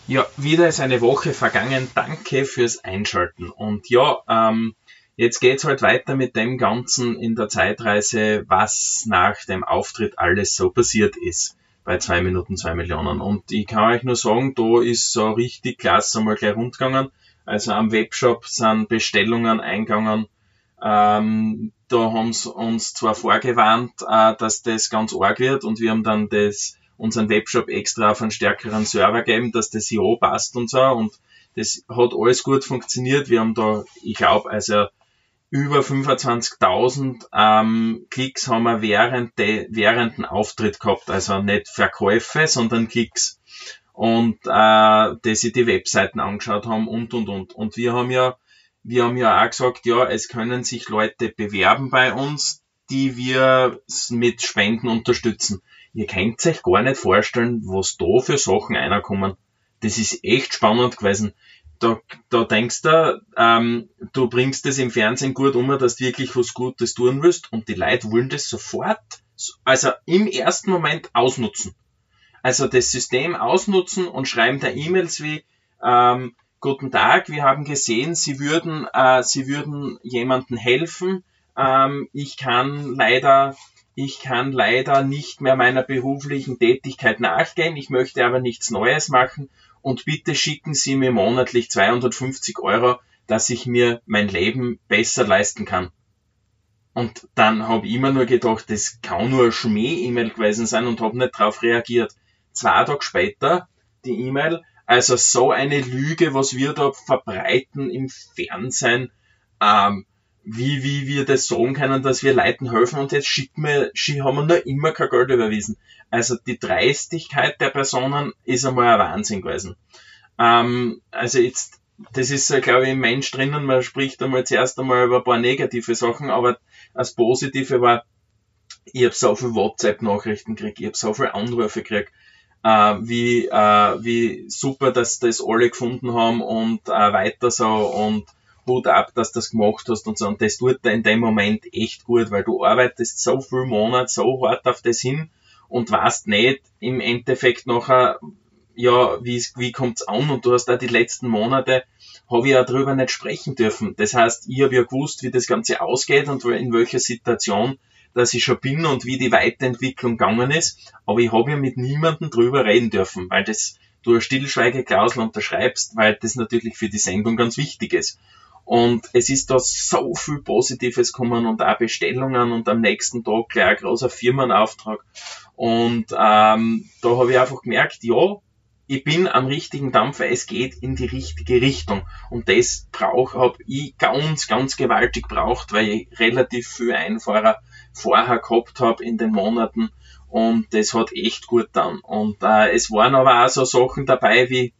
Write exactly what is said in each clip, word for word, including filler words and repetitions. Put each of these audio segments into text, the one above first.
Ja, wieder ist eine Woche vergangen. Danke fürs Einschalten. Und ja, ähm, jetzt geht's halt weiter mit dem Ganzen in der Zeitreise, was nach dem Auftritt alles so passiert ist bei zwei Minuten zwei Millionen. Und ich kann euch nur sagen, da ist so richtig klasse einmal gleich rundgegangen. Also am Webshop sind Bestellungen eingegangen. Ähm, da haben sie uns zwar vorgewarnt, äh, dass das ganz arg wird, und wir haben dann das unseren Webshop extra auf einen stärkeren Server gegeben, dass das ja passt und so, und das hat alles gut funktioniert. Wir haben da, ich glaube, also über fünfundzwanzigtausend ähm, Klicks haben wir während, de, während dem Auftritt gehabt, also nicht Verkäufe, sondern Klicks, und äh, dass sie die Webseiten angeschaut haben und und und und wir haben ja wir haben ja auch gesagt, ja, es können sich Leute bewerben bei uns, die wir mit Spenden unterstützen. Ihr könnt euch gar nicht vorstellen, was da für Sachen reinkommen. Das ist echt spannend gewesen. Da, da denkst du, ähm, du bringst das im Fernsehen gut um, dass du wirklich was Gutes tun willst, und die Leute wollen das sofort, also im ersten Moment ausnutzen. Also das System ausnutzen und schreiben da E-Mails wie, ähm, guten Tag, wir haben gesehen, Sie würden, äh, Sie würden jemandem helfen. Ähm, ich kann leider Ich kann leider nicht mehr meiner beruflichen Tätigkeit nachgehen, ich möchte aber nichts Neues machen, und bitte schicken Sie mir monatlich zweihundertfünfzig Euro, dass ich mir mein Leben besser leisten kann. Und dann habe ich immer nur gedacht, das kann nur eine Schmäh-E-Mail gewesen sein, und habe nicht darauf reagiert. Zwei Tage später die E-Mail, also so eine Lüge, was wir da verbreiten im Fernsehen, ähm, wie, wie wir das sagen können, dass wir Leuten helfen, und jetzt schicken wir, haben wir noch immer kein Geld überwiesen. Also die Dreistigkeit der Personen ist einmal ein Wahnsinn gewesen. Ähm, also jetzt, das ist, glaube ich, im Mensch drinnen, man spricht einmal zuerst einmal über ein paar negative Sachen, aber das Positive war, ich habe so viel WhatsApp-Nachrichten gekriegt, ich habe so viele Anrufe gekriegt, äh, wie, äh, wie super, dass das alle gefunden haben, und äh, weiter so, und Hut ab, dass du das gemacht hast und so. Und das tut dir in dem Moment echt gut, weil du arbeitest so viel Monat so hart auf das hin und weißt nicht im Endeffekt nachher, ja, wie, wie kommt's an, und du hast da die letzten Monate, habe ich ja darüber nicht sprechen dürfen. Das heißt, ich habe ja gewusst, wie das Ganze ausgeht und in welcher Situation dass ich schon bin und wie die Weiterentwicklung gegangen ist, aber ich habe ja mit niemandem drüber reden dürfen, weil das du eine Stillschweigeklausel unterschreibst, weil das natürlich für die Sendung ganz wichtig ist. Und es ist da so viel Positives gekommen und auch Bestellungen, und am nächsten Tag gleich ein großer Firmenauftrag. Und ähm, da habe ich einfach gemerkt, ja, ich bin am richtigen Dampfer, es geht in die richtige Richtung. Und das brauch, habe ich ganz, ganz gewaltig braucht, weil ich relativ viel Einfahrer vorher gehabt habe in den Monaten, und das hat echt gut getan. Und äh, es waren aber auch so Sachen dabei wie,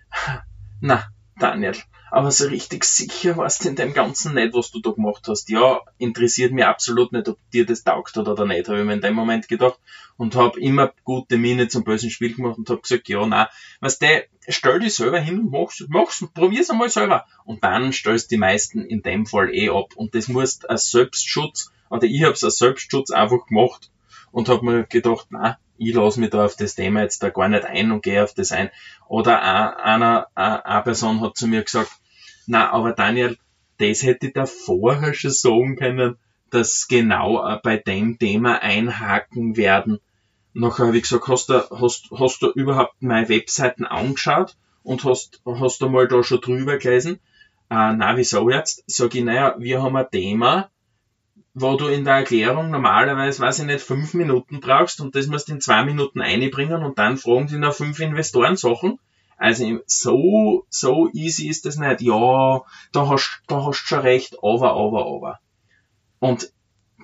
na, Daniel, aber so richtig sicher warst du in dem Ganzen nicht, was du da gemacht hast. Ja, interessiert mich absolut nicht, ob dir das taugt oder nicht, habe ich mir in dem Moment gedacht, und habe immer gute Miene zum bösen Spiel gemacht und habe gesagt, ja, nein, weißt du, stell dich selber hin und mach's, mach's, probier's einmal selber. Und dann stellst die meisten in dem Fall eh ab. Und das musst als Selbstschutz, oder ich hab's als Selbstschutz einfach gemacht und hab mir gedacht, nein, ich lasse mich da auf das Thema jetzt da gar nicht ein und gehe auf das ein. Oder einer, eine Person hat zu mir gesagt, na, aber Daniel, das hätte ich da vorher schon sagen können, dass genau bei dem Thema einhaken werden. Nachher habe ich gesagt, hast du, hast, hast du überhaupt meine Webseiten angeschaut und hast, hast du mal da schon drüber gelesen? Äh, na, wieso jetzt? Sag ich, naja, wir haben ein Thema, wo du in der Erklärung normalerweise, weiß ich nicht, fünf Minuten brauchst, und das musst du in zwei Minuten einbringen, und dann fragen die noch fünf Investoren Sachen. Also so, so easy ist das nicht. Ja, da hast, da hast schon recht, aber, aber, aber. Und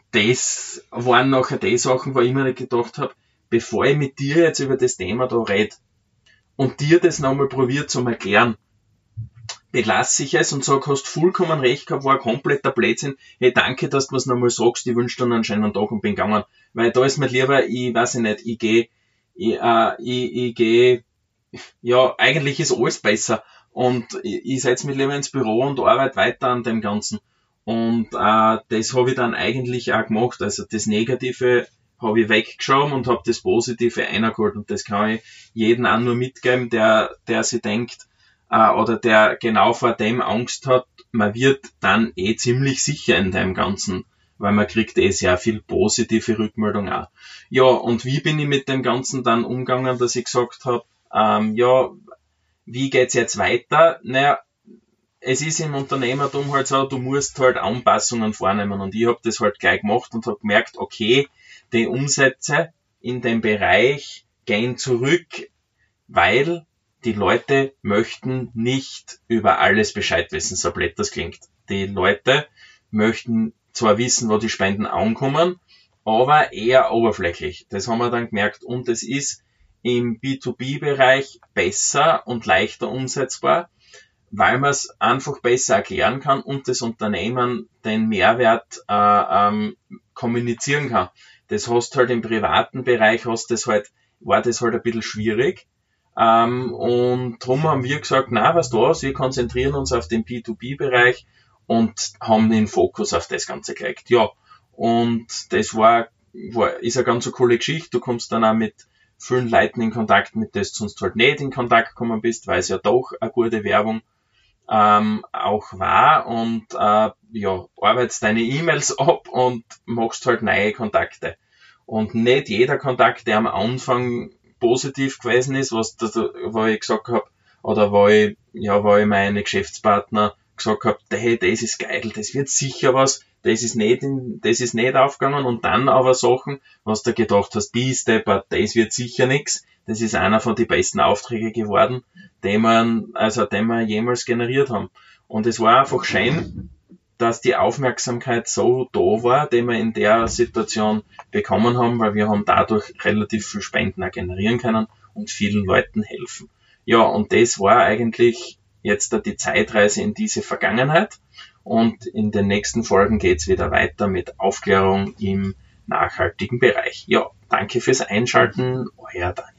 das waren nachher die Sachen, wo ich mir gedacht habe, bevor ich mit dir jetzt über das Thema da rede und dir das nochmal probiert zu erklären, belasse ich es und sag, hast vollkommen recht gehabt, war ein kompletter Blödsinn. Hey, danke, dass du mir's nochmal sagst, ich wünsche dir einen schönen Tag und bin gegangen. Weil da ist mir lieber, ich weiß ich nicht, ich gehe, ich, äh, ich, ich gehe, ja, eigentlich ist alles besser. Und ich, ich setze mich lieber ins Büro und arbeite weiter an dem Ganzen. Und äh, das habe ich dann eigentlich auch gemacht. Also das Negative habe ich weggeschoben und habe das Positive eingeholt. Und das kann ich jedem auch nur mitgeben, der, der sich denkt, äh, oder der genau vor dem Angst hat, man wird dann eh ziemlich sicher in dem Ganzen, weil man kriegt eh sehr viel positive Rückmeldung auch. Ja, und wie bin ich mit dem Ganzen dann umgegangen, dass ich gesagt habe, ähm, ja, wie geht's jetzt weiter? Naja, es ist im Unternehmertum halt so, du musst halt Anpassungen vornehmen und ich habe das halt gleich gemacht und habe gemerkt, okay, die Umsätze in dem Bereich gehen zurück, weil die Leute möchten nicht über alles Bescheid wissen, so blöd das klingt. Die Leute möchten zwar wissen, wo die Spenden ankommen, aber eher oberflächlich. Das haben wir dann gemerkt und es ist im B zwei B-Bereich besser und leichter umsetzbar, weil man es einfach besser erklären kann und das Unternehmen den Mehrwert äh, ähm, kommunizieren kann. Das hast halt im privaten Bereich, hast das halt, war das halt ein bisschen schwierig. Ähm, und darum haben wir gesagt, na, was du was, wir konzentrieren uns auf den B zwei B-Bereich und haben den Fokus auf das Ganze gelegt. Ja, und das war, war ist eine ganz so coole Geschichte. Du kommst dann auch mit vielen Leuten in Kontakt, mit denen du sonst halt nicht in Kontakt gekommen bist, weil es ja doch eine gute Werbung ähm, auch war und äh, ja, arbeitest deine E-Mails ab und machst halt neue Kontakte. Und nicht jeder Kontakt, der am Anfang positiv gewesen ist, was das, wo ich gesagt habe, oder wo ich, ja, wo ich meine Geschäftspartner gesagt habe, hey, das ist geil, das wird sicher was, das ist nicht, in, das ist nicht aufgegangen und dann aber Sachen, was du gedacht hast, B-Stepper, das wird sicher nix, das ist einer von den besten Aufträge geworden, den man, also den wir jemals generiert haben. Und es war einfach schön, dass die Aufmerksamkeit so da war, die wir in der Situation bekommen haben, weil wir haben dadurch relativ viel Spenden auch generieren können und vielen Leuten helfen. Ja, und das war eigentlich jetzt die Zeitreise in diese Vergangenheit. Und in den nächsten Folgen geht's wieder weiter mit Aufklärung im nachhaltigen Bereich. Ja, danke fürs Einschalten, euer Daniel.